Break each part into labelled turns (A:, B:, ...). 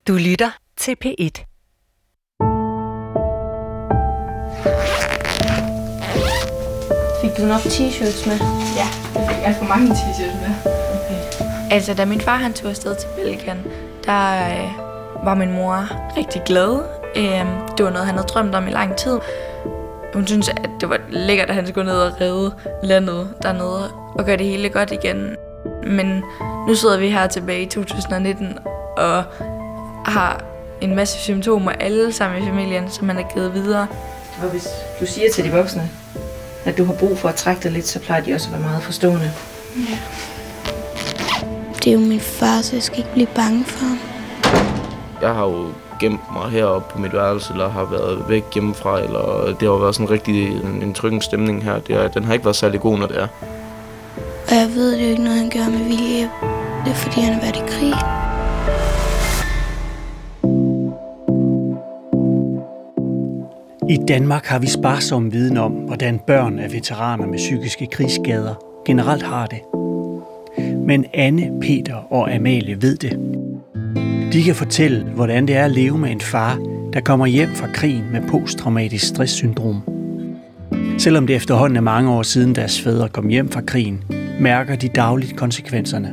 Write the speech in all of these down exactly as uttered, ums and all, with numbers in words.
A: Du lytter til P et.
B: Fik du nok t-shirts med?
C: Ja, jeg fik alt for mange t-shirts med.
B: Okay.
C: Altså, da min far han tog afsted til Belgien, der øh, var min mor rigtig glad. Øh, det var noget, han havde drømt om i lang tid. Hun syntes, at det var lækkert, at han skulle ned og redde landet dernede og gøre det hele godt igen. Men nu sidder vi her tilbage i to tusind nitten og har en masse symptomer, alle sammen i familien, som man har givet videre.
B: Og hvis du siger til de voksne, at du har brug for at trække dig lidt, så plejer de også at være meget forstående.
C: Ja.
D: Det er jo min far, så jeg skal ikke blive bange for ham.
E: Jeg har jo gemt mig heroppe på mit værelse, eller har været væk hjemmefra, eller det har været sådan rigtig en, en tryggende stemning her. Det er, den har ikke været særlig god, når det er.
D: Og jeg ved, det er jo ikke noget, han gør med vilje. Det er, fordi han har været i krig.
F: I Danmark har vi sparsom viden om, hvordan børn af veteraner med psykiske krigsskader generelt har det. Men Anne, Peter og Amalie ved det. De kan fortælle, hvordan det er at leve med en far, der kommer hjem fra krigen med posttraumatisk stresssyndrom. Selvom det efterhånden er mange år siden deres fædre kom hjem fra krigen, mærker de dagligt konsekvenserne.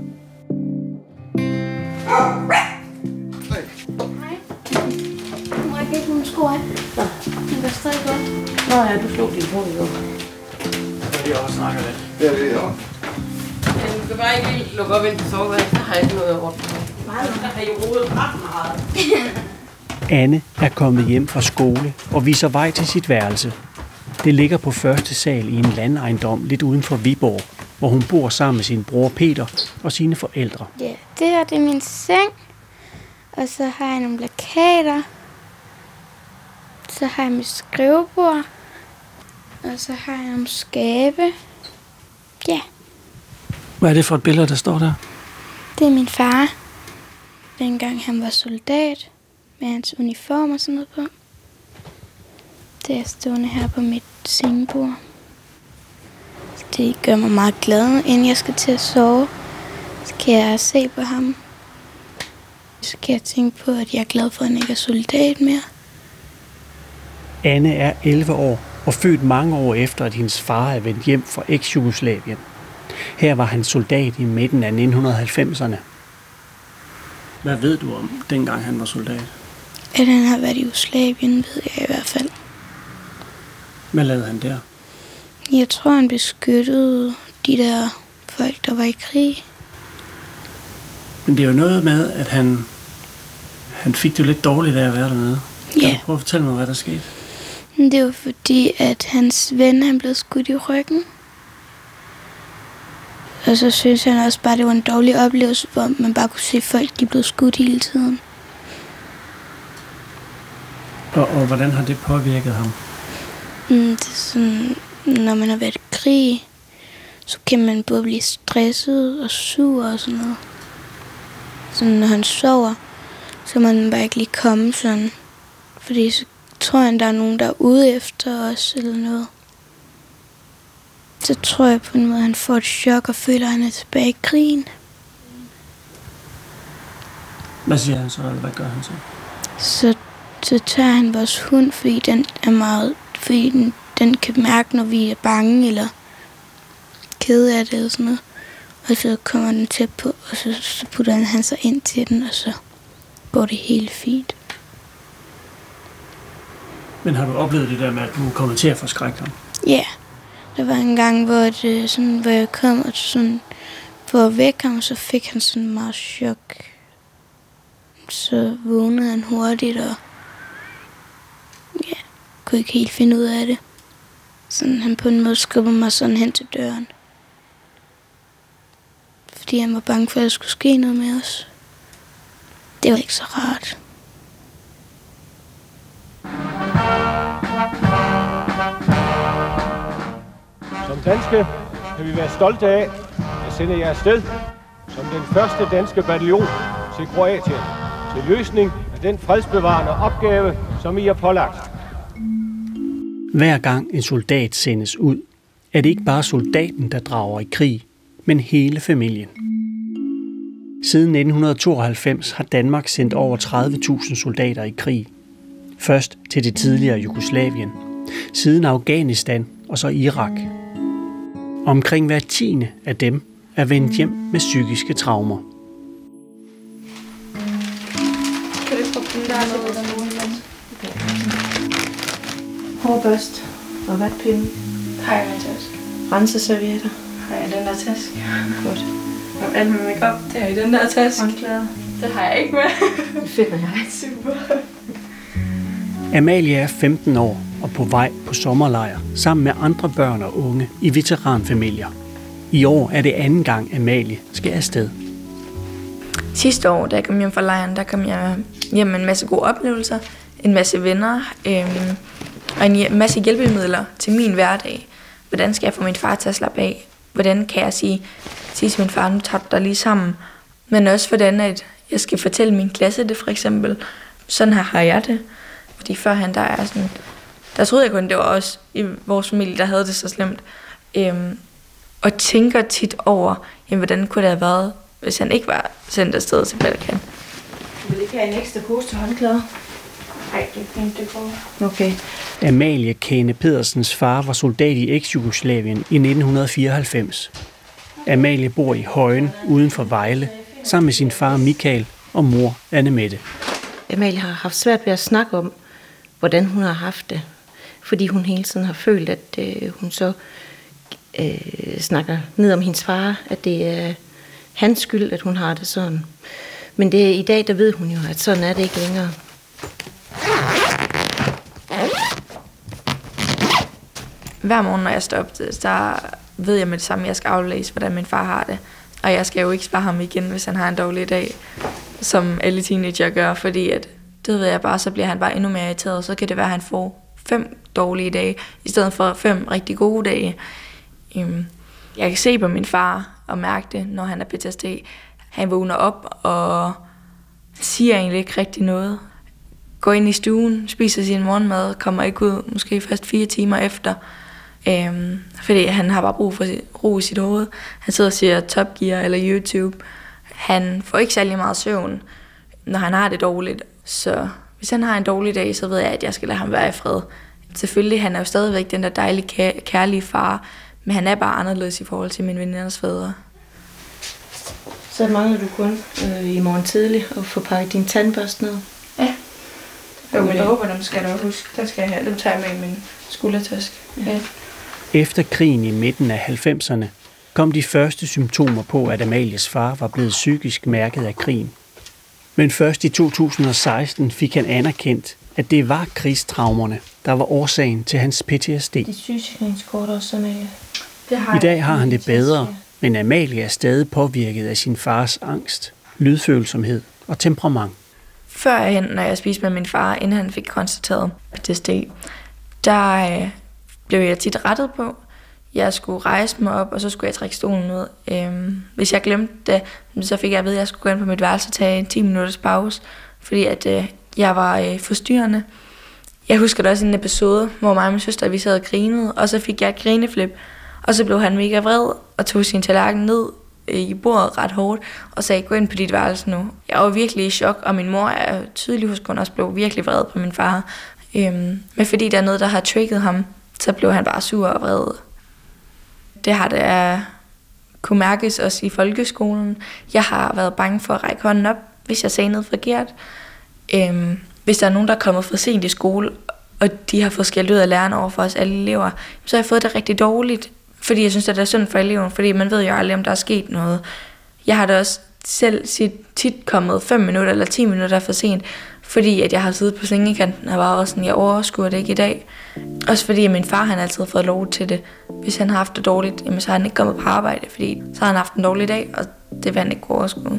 D: Må jeg ikke nogle sko af? Nå. Det var stadig godt.
B: Nå ja, du slog din på i går.
F: Så vi også snakker lidt.
G: Ja, det er det.
B: Du kan bare ikke lige lukke op ind til soveværelset, så har jeg ikke noget over. Nej, der har jo rodet ret meget.
F: Anne er kommet hjem fra skole og viser vej til sit værelse. Det ligger på første sal i en landejendom lidt uden for Viborg, hvor hun bor sammen med sin bror Peter og sine forældre.
D: Ja, det her det er min seng. Og så har jeg nogle plakater. Så har jeg mit skrivebord. Og så har jeg nogle skabe. Ja.
F: Hvad er det for et billede, der står der?
D: Det er min far. Dengang han var soldat. Med hans uniform og sådan noget på. Det er stående her på mit sengebord. Det gør mig meget glad, inden jeg skal til at sove. Så kan jeg se på ham. Så kan jeg tænke på, at jeg er glad for, at han ikke er soldat mere.
F: Anne er elleve år og født mange år efter, at hendes far er vendt hjem fra eks-Jugoslavien. Her var han soldat i midten af nitten halvfemserne. Hvad ved du om, dengang han var soldat?
D: At han har været i Jugoslavien, ved jeg i hvert fald.
F: Hvad lavede han der?
D: Jeg tror, han beskyttede de der folk, der var i krig.
F: Men det er jo noget med, at han, han fik det lidt dårligt af at være dernede. Kan
D: Ja.
F: du prøve at fortælle mig, hvad der skete?
D: Det var fordi, at hans ven han blev skudt i ryggen. Og så synes han også bare, det var en dårlig oplevelse, hvor man bare kunne se folk, de blev skudt hele tiden.
F: Og, og hvordan har det påvirket ham?
D: Mm, det er sådan, når man har været i krig, så kan man både blive stresset og sur og sådan noget. Så når han sover, så må man bare ikke lige komme sådan. Fordi så tror han, der er nogen, der er ude efter os eller noget. Så tror jeg på en måde, at han får et chok og føler, at han er tilbage i krigen.
F: Hvad siger han så, eller hvad gør han så?
D: Så, så tager han vores hund, fordi den er meget, fordi den, den kan mærke, når vi er bange eller kede af det eller sådan noget. Og så kommer den tæt på, og så, så putter han, han sig ind til den, og så går det helt fint.
F: Men har du oplevet det der med, at du kommer til at forskrække ham?
D: Ja, yeah. Der var en gang, hvor, det, sådan, hvor jeg kom og sådan, for at vække ham, så fik han sådan meget chok. Så vågnede han hurtigt og ja, kunne ikke helt finde ud af det. Sådan han på en måde skubbede mig sådan hen til døren. Fordi han var bange for, at der skulle ske noget med os. Det var ikke så rart.
H: Som danske kan vi være stolte af at sende jer afsted som den første danske bataljon til Kroatien til løsning af den fredsbevarende opgave, som I har pålagt.
F: Hver gang en soldat sendes ud, er det ikke bare soldaten, der drager i krig, men hele familien. Siden nitten tooghalvfems har Danmark sendt over tredive tusind soldater i krig. Først til det tidligere Jugoslavien, siden Afghanistan og så Irak. Omkring hver tiende af dem er vendt hjem med psykiske traumer.
C: Kan du få den der noget? Hårbørst og vatpinde. Har jeg en taske. Renseservietter. Har jeg den der taske. Godt. Og alt med makeup, det har jeg i den der taske. Håndklæder. Det har jeg ikke med. Det finder jeg. Super.
F: Amalie er femten år og på vej på sommerlejr sammen med andre børn og unge i veteranfamilier. I år er det anden gang, Amalie skal afsted.
C: Sidste år, da jeg kom hjem fra lejren, der kom jeg hjem med en masse gode oplevelser, en masse venner øhm, og en masse hjælpemidler til min hverdag. Hvordan skal jeg få min far til at slappe af? Hvordan kan jeg sige, sige til min far, nu tager du dig lige sammen? Men også hvordan at jeg skal fortælle min klasse det, for eksempel. Sådan her har jeg det. Fordi førhen, der er sådan, der troede jeg kun, det var os i vores familie, der havde det så slemt. Øhm, og tænker tit over, jamen, hvordan kunne det have været, hvis han ikke var sendt afsted til Balkan.
A: Du vil ikke have en ekstra pose til håndklæder? Nej, det er fint, det går. Okay.
F: Amalie Kane Pedersens far var soldat i eks-Jugoslavien i nitten fireoghalvfems. Amalie bor i Højen uden for Vejle, sammen med sin far Michael og mor Anne-Mette.
A: Amalie har haft svært ved at snakke om, hvordan hun har haft det. Fordi hun hele tiden har følt, at øh, hun så øh, snakker ned om hendes far, at det er hans skyld, at hun har det sådan. Men det, i dag, der ved hun jo, at sådan er det ikke længere.
C: Hver morgen, når jeg står op, så ved jeg med det samme, at jeg skal aflæse, hvordan min far har det. Og jeg skal jo ikke svare ham igen, hvis han har en dårlig dag, som alle teenager gør, fordi at, det ved jeg bare, så bliver han bare endnu mere irriteret, og så kan det være, at han får fem dårlige dage, i stedet for fem rigtig gode dage. Jeg kan se på min far og mærke det, når han er P T S D. Han vågner op og siger egentlig ikke rigtig noget. Går ind i stuen, spiser sin morgenmad, kommer ikke ud måske først fire timer efter. Øhm, fordi han har bare brug for ro i sit hoved. Han sidder og siger Top Gear eller YouTube. Han får ikke særlig meget søvn, når han har det dårligt. Så hvis han har en dårlig dag, så ved jeg, at jeg skal lade ham være i fred. Selvfølgelig, han er jo stadigvæk den der dejlige, kærlige far, men han er bare anderledes i forhold til mine veninders fædre.
A: Så mangler du kun øh, i morgen tidlig at få pakket din tandbørste ned.
C: Ja. Jo, men jeg håber, dem skal du huske. Den skal jeg have. Dem tager jeg med i min skuldertaske. Ja.
F: Efter krigen i midten af halvfemserne kom de første symptomer på, at Amalies far var blevet psykisk mærket af krigen. Men først i to tusind og seksten fik han anerkendt, at det var krigstraumerne, der var årsagen til hans P T S D.
A: Det sygesikringskort også, sådan
F: I dag har han det bedre, men Amalie er stadig påvirket af sin fars angst, lydfølsomhed og temperament.
C: Førhen, når jeg spiste med min far, inden han fik konstateret P T S D, der øh, blev jeg tit rettet på. Jeg skulle rejse mig op, og så skulle jeg trække stolen ud. Øhm, hvis jeg glemte det, så fik jeg at vide, at jeg skulle gå ind på mit værelse og tage en ti minutters pause, fordi at, øh, jeg var øh, forstyrrende. Jeg husker da også en episode, hvor mig og min søster vi sad og grinede, og så fik jeg et grineflip, og så blev han mega vred og tog sin tallerken ned i bordet ret hårdt, og sagde, gå ind på dit værelse nu. Jeg var virkelig i chok, og min mor er tydelig husk, hun også blev virkelig vred på min far. Øhm, men fordi der er noget, der har trigget ham, så blev han bare sur og vred. Det har det kunne mærkes også i folkeskolen. Jeg har været bange for at række hånden op, hvis jeg sagde noget forkert. Øhm, hvis der er nogen, der er kommet for sent i skole, og de har fået skældt ud af læreren over for os alle elever, så har jeg fået det rigtig dårligt. Fordi jeg synes, at det er synd for eleven, fordi man ved jo aldrig, om der er sket noget. Jeg har da også selv tit kommet fem minutter eller ti minutter for sent, fordi at jeg har siddet på sengekanten og var også sådan, jeg overskuer det ikke i dag. Også fordi at min far han altid har fået lov til det. Hvis han har haft det dårligt, jamen, så har han ikke kommet på arbejde, fordi så har han haft en dårlig dag, og det vil han ikke kunne overskue.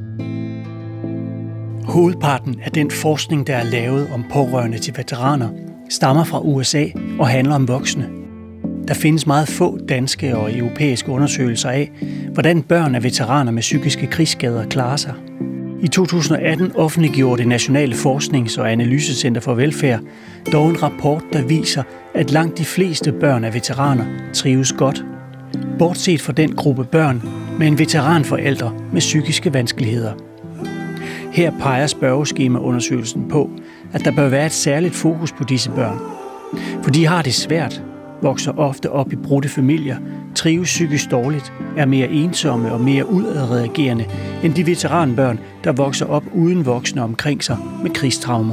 F: Hovedparten af den forskning, der er lavet om pårørende til veteraner, stammer fra U S A og handler om voksne. Der findes meget få danske og europæiske undersøgelser af, hvordan børn af veteraner med psykiske krigsskader klarer sig. I to tusind og atten offentliggjorde det Nationale Forsknings- og Analysecenter for Velfærd dog en rapport, der viser, at langt de fleste børn af veteraner trives godt. Bortset fra den gruppe børn, med en veteranforælder med psykiske vanskeligheder. Her peger spørgeskemaundersøgelsen på, at der bør være et særligt fokus på disse børn. For de har det svært, vokser ofte op i brudte familier, trives psykisk dårligt, er mere ensomme og mere udadreagerende end de veteranbørn, der vokser op uden voksne omkring sig med krigstraumer.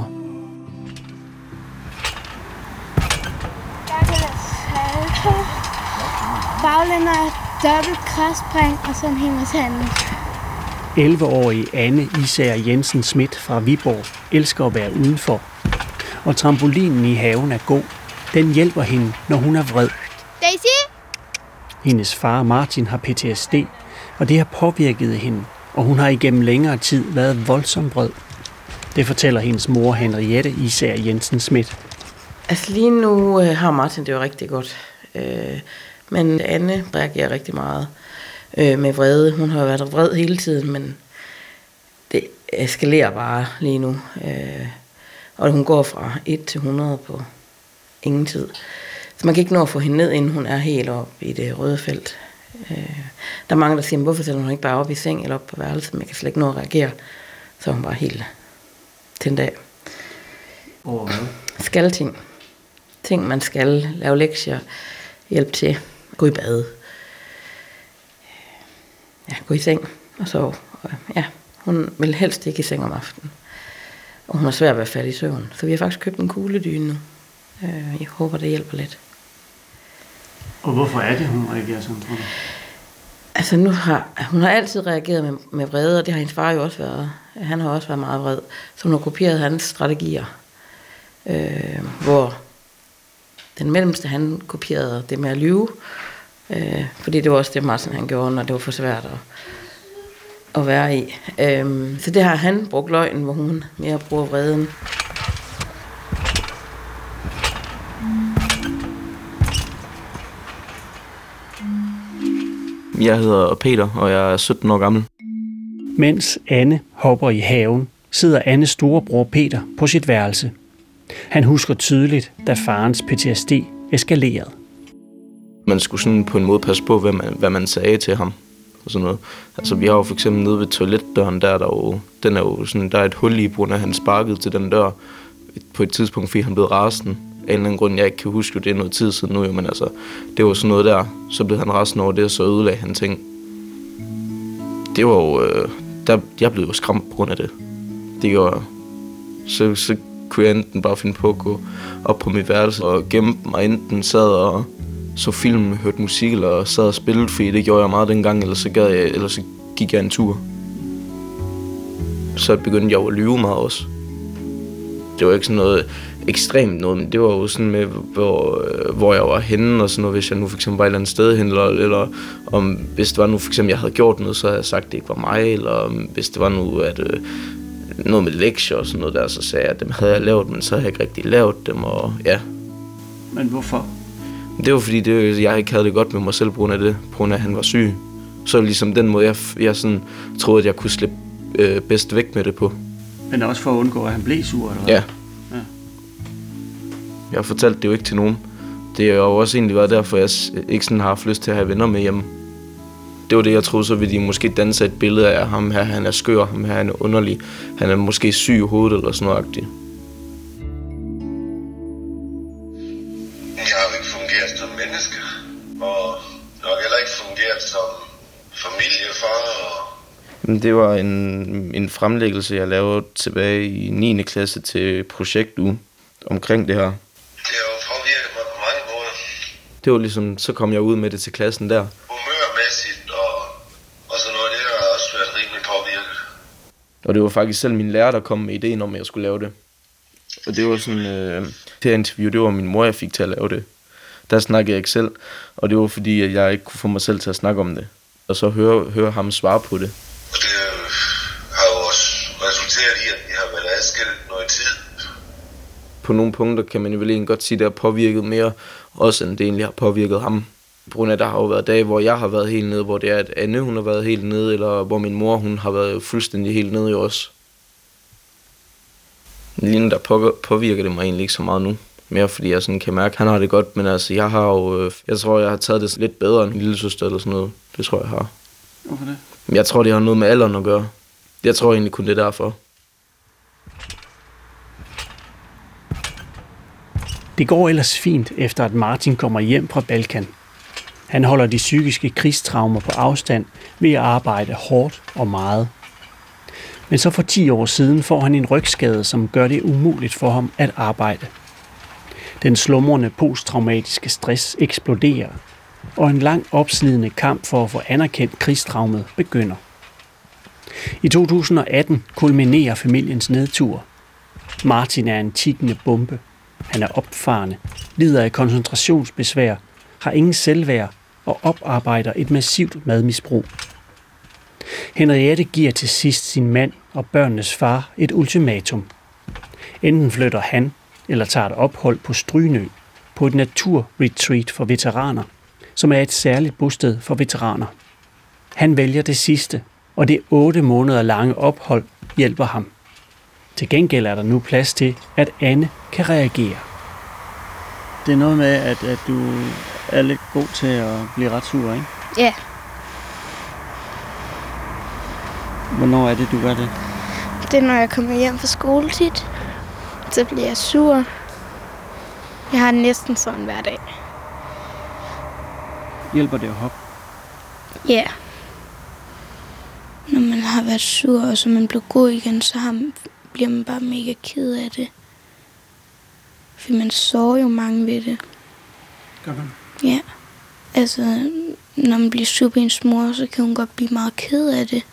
D: Baglænder, dobbelt crossspring og sådan en hos handen.
F: elleve-årige Anne Isager Jensen Schmidt fra Viborg elsker at være udenfor. Og trampolinen i haven er god. Den hjælper hende, når hun er vred.
D: Daisy?
F: Hendes far Martin har P T S D, og det har påvirket hende, og hun har igennem længere tid været voldsomt vred. Det fortæller hendes mor Henriette Isager Jensen Schmidt.
B: Altså lige nu øh, har Martin det jo rigtig godt. Øh, men Anne reagerer rigtig meget øh, med vrede. Hun har været vred hele tiden, men det eskalerer bare lige nu. Øh, og hun går fra et til hundrede på ingen tid. Så man kan ikke nå at få hende ned, inden hun er helt oppe i det røde felt. Øh, der er mange, der siger, hvorfor sætter hun ikke bare op i seng eller op på værelset, men jeg kan slet ikke nå at reagere. Så er hun bare helt tændt af.
F: Over hvad?
B: Skal ting. Ting, man skal. Lave lektier. Hjælpe til. Gå i bad. Ja, gå i seng og sove. Og ja, hun vil helst ikke i seng om aftenen. Og hun har svært ved at falde i søvn. Så vi har faktisk købt en kugledyne nu. Jeg håber, det hjælper lidt.
F: Og hvorfor er det, hun reagerer sådan, tror du?
B: Altså, nu har, hun har altid reageret med, med vrede, og det har hendes far jo også været. Han har også været meget vred. Så hun har kopieret hans strategier. Øh, hvor den mellemste, han kopierede det med at lyve. Øh, fordi det var også det, Martin han gjorde, når det var for svært at, at være i. Øh, så det har han brugt løgnen, hvor hun mere bruger vreden.
E: Jeg hedder Peter, og jeg er sytten år gammel.
F: Mens Anne hopper i haven, sidder Annes storebror Peter på sit værelse. Han husker tydeligt, da farens P T S D eskalerede.
E: Man skulle sådan på en måde passe på, hvad man, hvad man sagde til ham. Og sådan noget. Altså, vi har jo for eksempel nede ved toiletdøren, der er der jo, den er jo sådan, der er et hul i, hvor han sparkede til den dør. På et tidspunkt, fordi han blev rasende. Af en eller anden grund, jeg ikke kan huske, det er noget tid siden nu, jo, men altså, det var sådan noget der. Så blev han rasende over det, og så ødelagde han ting. Det var jo, øh, der, jeg blev jo skræmt på grund af det. Det gjorde, så, så kunne jeg enten bare finde på at gå op på mit værelse og gemme mig, enten sad og så film, hørte musik, eller sad og spillede, fordi det gjorde jeg meget dengang, eller så, gad jeg, eller så gik jeg en tur. Så begyndte jeg jo at lyve meget også. Det var ikke sådan noget ekstremt noget, men det var jo sådan med, hvor, hvor jeg var henne, og sådan noget, hvis jeg nu for eksempel var et eller andet sted hen, eller, eller om, hvis det var nu for eksempel, jeg havde gjort noget, så havde jeg sagt, at det ikke var mig, eller hvis det var nu, at øh, noget med lektier og sådan noget der, så sagde jeg, at dem havde jeg lavet, men så havde jeg ikke rigtig lavet dem, og ja.
F: Men hvorfor?
E: Det var fordi, det, jeg ikke havde det godt med mig selv på grund af det, på grund af, at han var syg. Så ligesom den måde, jeg, jeg sådan, troede, at jeg kunne slippe øh, bedst væk med det på.
F: Men også for at undgå, at han blev sur, eller hvad?
E: Ja. ja. Jeg har fortalt det jo ikke til nogen. Det har jo også egentlig været derfor, jeg ikke sådan har haft lyst til at have venner med hjemme. Det var det, jeg troede, så ville de måske danse et billede af ham her. Han er skør, ham her, han er underlig. Han er måske syg i hovedet eller sådan noget-agtigt.
G: Jeg har jo ikke fungeret som menneske, og nok heller ikke fungeret som familiefar. Og
E: det var en, en fremlæggelse, jeg lavede tilbage i niende klasse til projektuge omkring det her.
G: Det har jo påvirket mig på mange måder.
E: Det var ligesom, så kom jeg ud med det til klassen der.
G: Humørmæssigt og, og sådan noget, det har også været rimelig påvirket.
E: Og det var faktisk selv min lærer, der kom med ideen om, at jeg skulle lave det. Og det var sådan, øh, det her interview, det var min mor, jeg fik til at lave det. Der snakkede jeg ikke selv, og det var fordi, at jeg ikke kunne få mig selv til at snakke om det. Og så høre, høre ham svare på det.
G: Og det har jo også resulteret i, at vi har været adskilt noget tid.
E: På nogle punkter kan man jo vel egentlig godt sige, at det har påvirket mere, også end det egentlig har påvirket ham. På grund af, at der har jo været dage, hvor jeg har været helt nede, hvor det er, at Anne hun har været helt nede, eller hvor min mor hun har været fuldstændig helt nede i os. Lige nu der påvirker det mig egentlig ikke så meget nu. Mere fordi jeg sådan kan mærke, at han har det godt, men altså jeg har jo, jeg tror jeg har taget det lidt bedre end min lille søster eller sådan noget. Det tror jeg har.
F: Hvorfor det?
E: Jeg tror, det har noget med alderen at gøre. Jeg tror egentlig kun, det er derfor.
F: Det går ellers fint, efter at Martin kommer hjem fra Balkan. Han holder de psykiske krigstraumer på afstand ved at arbejde hårdt og meget. Men så for ti år siden får han en rygskade, som gør det umuligt for ham at arbejde. Den slumrende posttraumatiske stress eksploderer, og en lang opslidende kamp for at få anerkendt krigstraumet begynder. I to tusind og atten kulminerer familiens nedtur. Martin er en tikkende bombe. Han er opfarende, lider af koncentrationsbesvær, har ingen selvværd og oparbejder et massivt madmisbrug. Henriette giver til sidst sin mand og børnenes far et ultimatum. Enten flytter han eller tager et ophold på Strynø, på et naturretreat for veteraner, som er et særligt bosted for veteraner. Han vælger det sidste, og det otte måneder lange ophold hjælper ham. Til gengæld er der nu plads til, at Anne kan reagere.
I: Det er noget med, at, at du er lidt god til at blive ret sur, ikke?
D: Ja.
I: Hvornår er det, du gør det?
D: Det er, når jeg kommer hjem fra skole tit. Så bliver jeg sur. Jeg har næsten sådan hver dag.
I: Hjælper det at hoppe?
D: Ja. Når man har været sur, og så man bliver god igen, så har man, bliver man bare mega ked af det. For man sover jo mange ved det.
F: Gør man?
D: Ja. Altså, når man bliver sur på ens mor, så kan hun godt blive meget ked af det.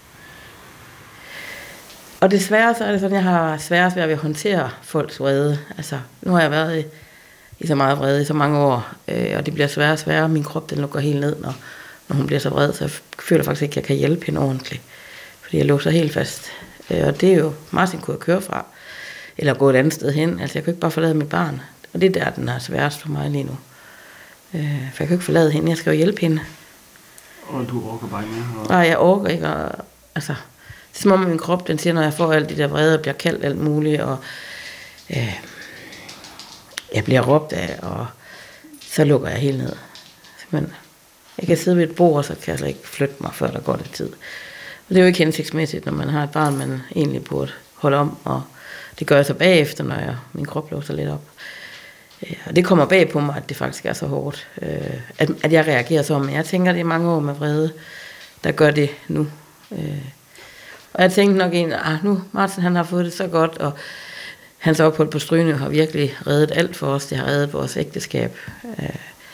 B: Og desværre så er det sådan, jeg har sværest ved at håndtere folks vrede. Altså, nu har jeg været i, i så meget vrede i så mange år, øh, og det bliver sværere og sværere. Min krop, den lukker helt ned, når, når hun bliver så vred, så jeg føler faktisk ikke, at jeg kan hjælpe hende ordentligt. Fordi jeg låser helt fast. Øh, og det er jo, Martin kunne køre fra, eller gå et andet sted hen. Altså, jeg kan ikke bare forlade mit barn. Og det er der, den er sværest for mig lige nu. Øh, for jeg kan ikke forlade hende, jeg skal jo hjælpe hende.
I: Og du orker bare ikke mere? Og...
B: Nej, jeg orker ikke, og, altså... Det er som om min krop, den siger, når jeg får alt de der vrede, og bliver kaldt alt muligt, og øh, jeg bliver råbt af, og så lukker jeg helt ned. Men jeg kan sidde ved et bord, og så kan jeg slet ikke flytte mig, før der går lidt tid. Og det er jo ikke hensigtsmæssigt, når man har et barn, man egentlig burde holde om, og det gør jeg så bagefter, når jeg, min krop låser lidt op. Øh, og det kommer bag på mig, at det faktisk er så hårdt, øh, at, at jeg reagerer så, men jeg tænker, det er mange år med vrede, der gør det nu. Øh, Og jeg tænkte nok egentlig, ah, nu Martin han har fået det så godt, og hans ophold på Strynø har virkelig reddet alt for os. Det har reddet vores ægteskab. Øh,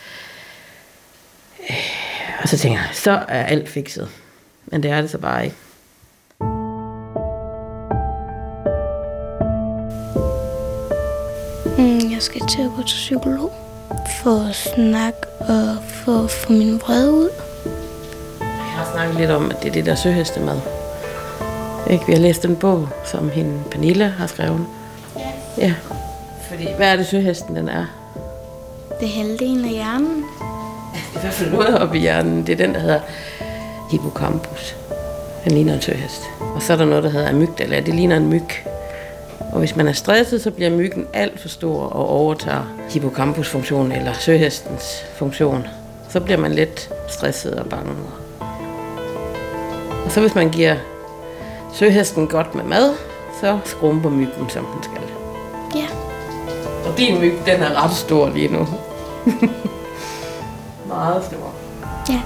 B: øh, og så tænker jeg, så er alt fikset. Men det er det så bare ikke.
D: Mm, jeg skal til at gå til psykolog for at snakke og for at få min vrede ud.
B: Jeg har snakket lidt om, at det er det der søhestemad. Ikke? Vi har læst en bog, som hende Pernille har skrevet. Ja. Ja. Fordi, hvad er det søhesten, den er?
D: Det er halvdelen af hjernen.
B: Det er i hvert fald noget oppe i hjernen. Det er den, der hedder hippocampus. Den ligner en søhest. Og så er der noget, der hedder amygdala. Det ligner en myg. Og hvis man er stresset, så bliver myggen alt for stor og overtager hippocampus-funktionen eller søhestens funktion. Så bliver man lidt stresset og bange. Og så hvis man giver søhesten godt med mad, så skrumper myggen, som den skal.
D: Ja.
B: Og din myg, den er ret stor lige nu. Meget stor.
D: Ja.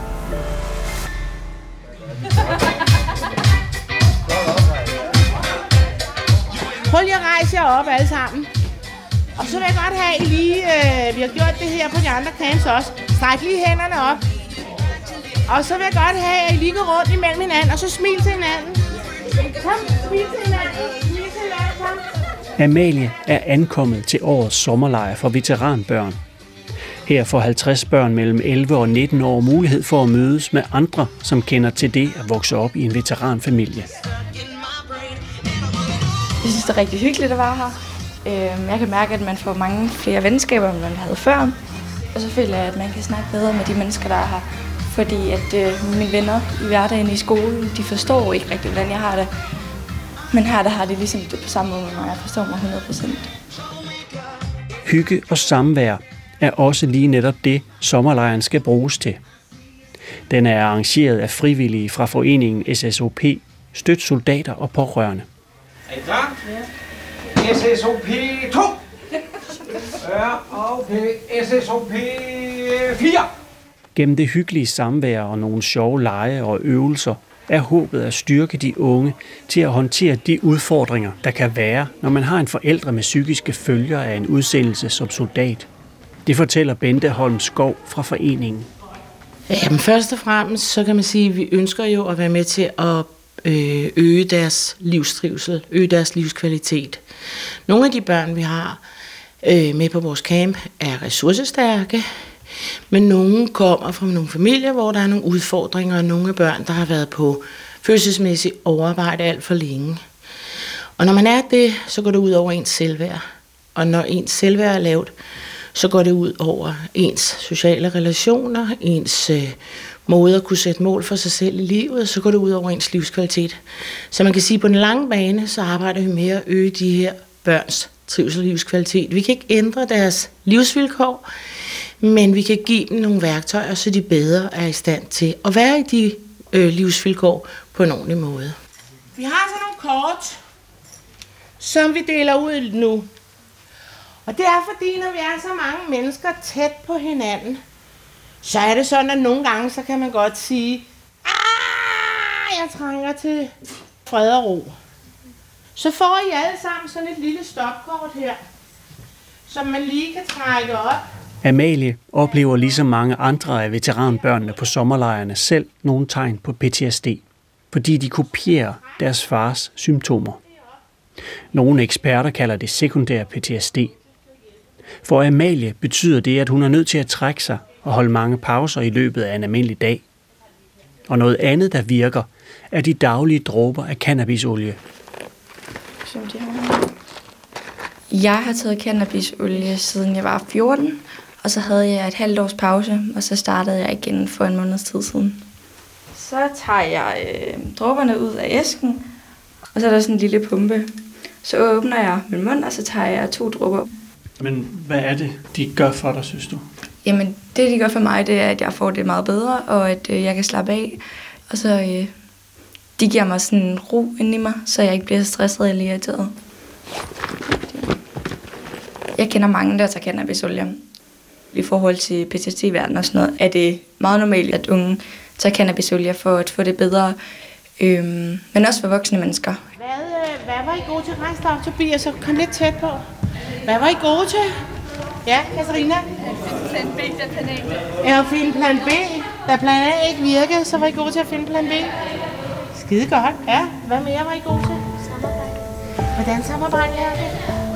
J: Prøv lige at rejse jer op alle sammen. Og så vil jeg godt have, I lige, øh, vi har gjort det her på de andre camps også. Stræk lige hænderne op. Og så vil jeg godt have, at I lige går rundt imellem hinanden, og så smil til hinanden. Kom, smil til hinanden. Smil til hinanden, kom.
F: Amalie er ankommet til årets sommerlejr for veteranbørn. Her får halvtreds børn mellem elleve og nitten år mulighed for at mødes med andre, som kender til det at vokse op i en veteranfamilie.
C: Jeg synes, det er rigtig hyggeligt at være her. Jeg kan mærke, at man får mange flere venskaber, end man havde før. Og så føler jeg, at man kan snakke bedre med de mennesker, der er her. Fordi at øh, mine venner i hverdagen i skolen, de forstår ikke rigtig, hvordan jeg har det. Men her der har det ligesom det på samme måde, når jeg forstår mig hundrede procent.
F: Hygge og samvær er også lige netop det, sommerlejren skal bruges til. Den er arrangeret af frivillige fra foreningen S S O P, Støt Soldater og Pårørende.
H: Er I klar? Ja. S S O P to. Ja, okay. S S O P fire.
F: Gennem det hyggelige samvær og nogle sjove lege og øvelser er håbet at styrke de unge til at håndtere de udfordringer, der kan være, når man har en forælder med psykiske følger af en udsendelse som soldat. Det fortæller Bente Holm Skov fra foreningen.
B: Jamen først og fremmest, så kan man sige, at vi ønsker jo at være med til at øge deres livstrivsel, øge deres livskvalitet. Nogle af de børn, vi har med på vores camp, er ressourcestærke, men nogle kommer fra nogle familier, hvor der er nogle udfordringer, og nogle børn, der har været på følelsesmæssigt overarbejde alt for længe. Og når man er det, så går det ud over ens selvværd. Og når ens selvværd er lavt, så går det ud over ens sociale relationer, ens øh, måde at kunne sætte mål for sig selv i livet, så går det ud over ens livskvalitet. Så man kan sige, at på den lange bane, så arbejder vi med at øge de her børns trivsel og livskvalitet. Vi kan ikke ændre deres livsvilkår, men vi kan give dem nogle værktøjer, så de bedre er i stand til at være i de øh, livsvilkår på en ordentlig måde.
J: Vi har så nogle kort, som vi deler ud nu. Og det er fordi, når vi er så mange mennesker tæt på hinanden, så er det sådan, at nogle gange, så kan man godt sige, ah, jeg trænger til fred og ro. Så får I alle sammen sådan et lille stopkort her, som man lige kan trække op.
F: Amalie oplever ligesom mange andre af veteranbørnene på sommerlejrene selv nogle tegn på P T S D, fordi de kopierer deres fars symptomer. Nogle eksperter kalder det sekundær P T S D. For Amalie betyder det, at hun er nødt til at trække sig og holde mange pauser i løbet af en almindelig dag. Og noget andet, der virker, er de daglige dråber af cannabisolie.
C: Jeg har taget cannabisolie siden jeg var fjorten, og så havde jeg et halvt års pause, og så startede jeg igen for en måneds tid siden. Så tager jeg øh, dråberne ud af æsken, og så er der sådan en lille pumpe. Så åbner jeg min mund, og så tager jeg to dråber.
F: Men hvad er det, de gør for dig, synes du?
C: Jamen, det de gør for mig, det er, at jeg får det meget bedre, og at øh, jeg kan slappe af. Og så øh, de giver mig sådan en ro inde i mig, så jeg ikke bliver stresset eller irriteret. Jeg kender mange, der tager cannabisolie. I forhold til P T S D-verdenen og sådan noget, er det meget normalt, at unge tager cannabisolie for at få det bedre. Øhm, men også for voksne mennesker.
J: Hvad, øh, hvad var I gode til? Rejs dig op, Tobias, så kom lidt tæt på. Hvad var I gode til? Ja, Katarina?
K: Plan B, der plan A.
J: Ja, at finde plan B. Da plan A ikke virkede, så var I gode til at finde plan B. Skide godt. Ja, hvad mere var I gode til? Samarbejde. Hvordan samarbejder I?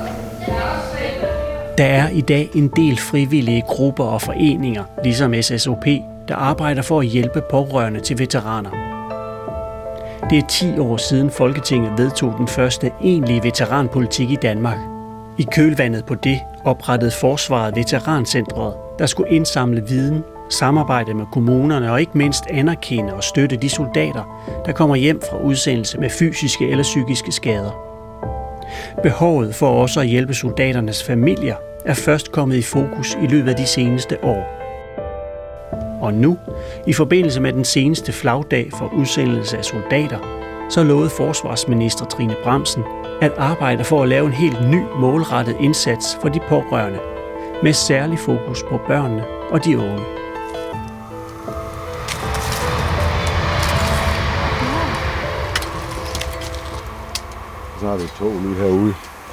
F: Der er i dag en del frivillige grupper og foreninger, ligesom S S O P, der arbejder for at hjælpe pårørende til veteraner. Det er ti år siden Folketinget vedtog den første egentlige veteranpolitik i Danmark. I kølvandet på det oprettede Forsvaret Veterancentret, der skulle indsamle viden, samarbejde med kommunerne og ikke mindst anerkende og støtte de soldater, der kommer hjem fra udsendelse med fysiske eller psykiske skader. Behovet for også at hjælpe soldaternes familier er først kommet i fokus i løbet af de seneste år. Og nu, i forbindelse med den seneste flagdag for udsendelse af soldater, så lovede forsvarsminister Trine Bramsen at arbejde for at lave en helt ny målrettet indsats for de pårørende, med særlig fokus på børnene og de unge.
L: Så har vi et tog lige herude.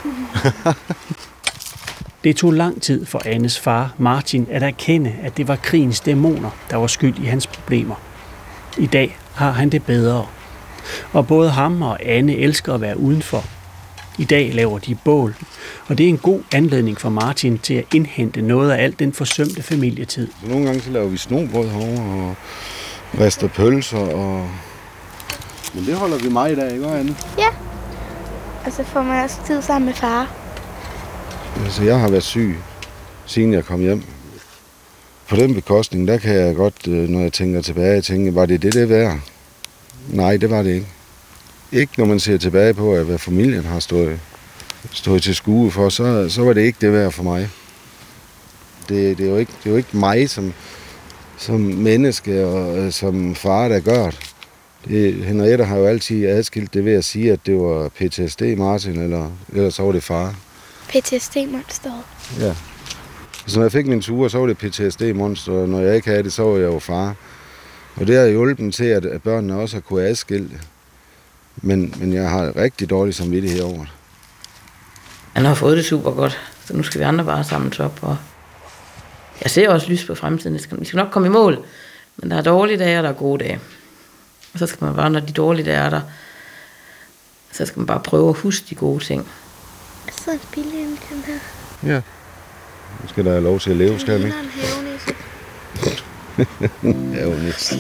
F: Det tog lang tid for Annes far, Martin, at erkende, at det var krigens dæmoner, der var skyld i hans problemer. I dag har han det bedre. Og både ham og Anne elsker at være udenfor. I dag laver de bål, og det er en god anledning for Martin til at indhente noget af alt den forsømte familietid.
L: Så nogle gange så laver vi snobrød herovre og rister pølser. Og... Men det holder vi meget i dag, ikke Anne?
D: Ja, og så får man også tid sammen med far.
L: Altså, jeg har været syg, siden jeg kom hjem. På den bekostning, der kan jeg godt, når jeg tænker tilbage, tænke, var det det, det værd? Nej, det var det ikke. Ikke når man ser tilbage på, hvad familien har stået, stået til skue for, så, så var det ikke det værd for mig. Det, det, er jo ikke, det er jo ikke mig, som som menneske og øh, som far, der gør det. det. Henriette har jo altid adskilt det ved at sige, at det var P T S D, Martin, eller, eller så var det far.
D: P T S D-monsteret.
L: Ja. Så når jeg fik min ture, så var det P T S D-monster, og når jeg ikke havde det, så var jeg jo far. Og det har hjulpet til, at, at børnene også har kunnet adskille det. Men, men jeg har rigtig dårlig samvittighed over det.
B: Han har fået det super godt, så nu skal vi andre bare samles op. Og jeg ser også lys på fremtiden. Vi skal nok komme i mål, men der er dårlige dage, og der er gode dage. Og så skal man bare, når de dårlige dage er der, så skal man bare prøve at huske de gode ting.
D: Så er bilen den her.
L: Ja. Nu skal der have lov til at leve, skal han ikke? Havenisse.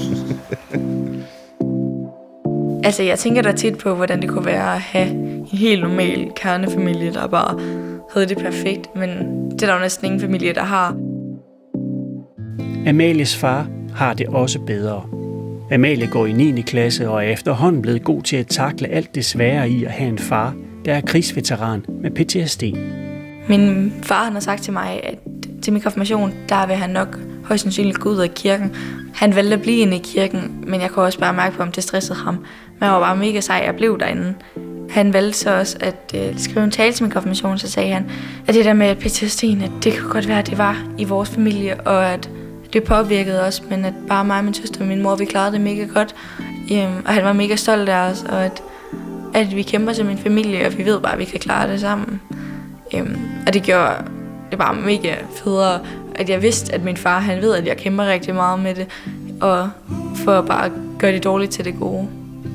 C: Altså, jeg tænker da tit på, hvordan det kunne være at have en helt normal kernefamilie, der bare havde det perfekt, men det er der jo næsten ingen familie, der har.
F: Amalies far har det også bedre. Amalie går i niende klasse og er efterhånden blevet god til at takle alt det svære i at have en far, der er krigsveteran med P T S D.
C: Min far han har sagt til mig, at til min konfirmation, der vil han nok højst sandsynligt gå ud af kirken. Han valgte at blive inde i kirken, men jeg kunne også bare mærke på, om det stressede ham. Men jeg var bare mega sej, jeg blev derinde. Han valgte så også at øh, skrive en tale til min konfirmation, så sagde han, at det der med P T S D'en, at det kunne godt være, at det var i vores familie, og at det påvirkede os, men at bare mig, min søster og min mor, vi klarede det mega godt. Øhm, og han var mega stolt af os, og at, at vi kæmper som en familie, og vi ved bare, at vi kan klare det sammen. Øhm, og det gjorde det bare mega federe, at jeg vidste, at min far, han ved, at jeg kæmper rigtig meget med det, og for at bare gøre det dårligt til det gode.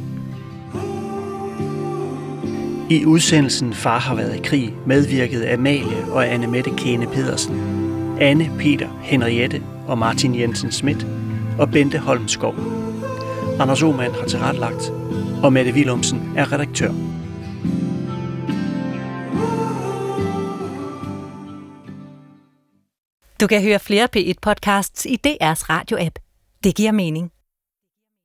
F: I udsendelsen Far har været i krig medvirkede Amalie og Anne-Mette Kane Pedersen, Anne, Peter, Henriette og Martin Jensen Schmidt og Bente Holmskov. Anders Oman har tilrettelagt, og Mette Willumsen er redaktør.
M: Du kan høre flere P et podcasts i D R's radio-app. Det giver mening.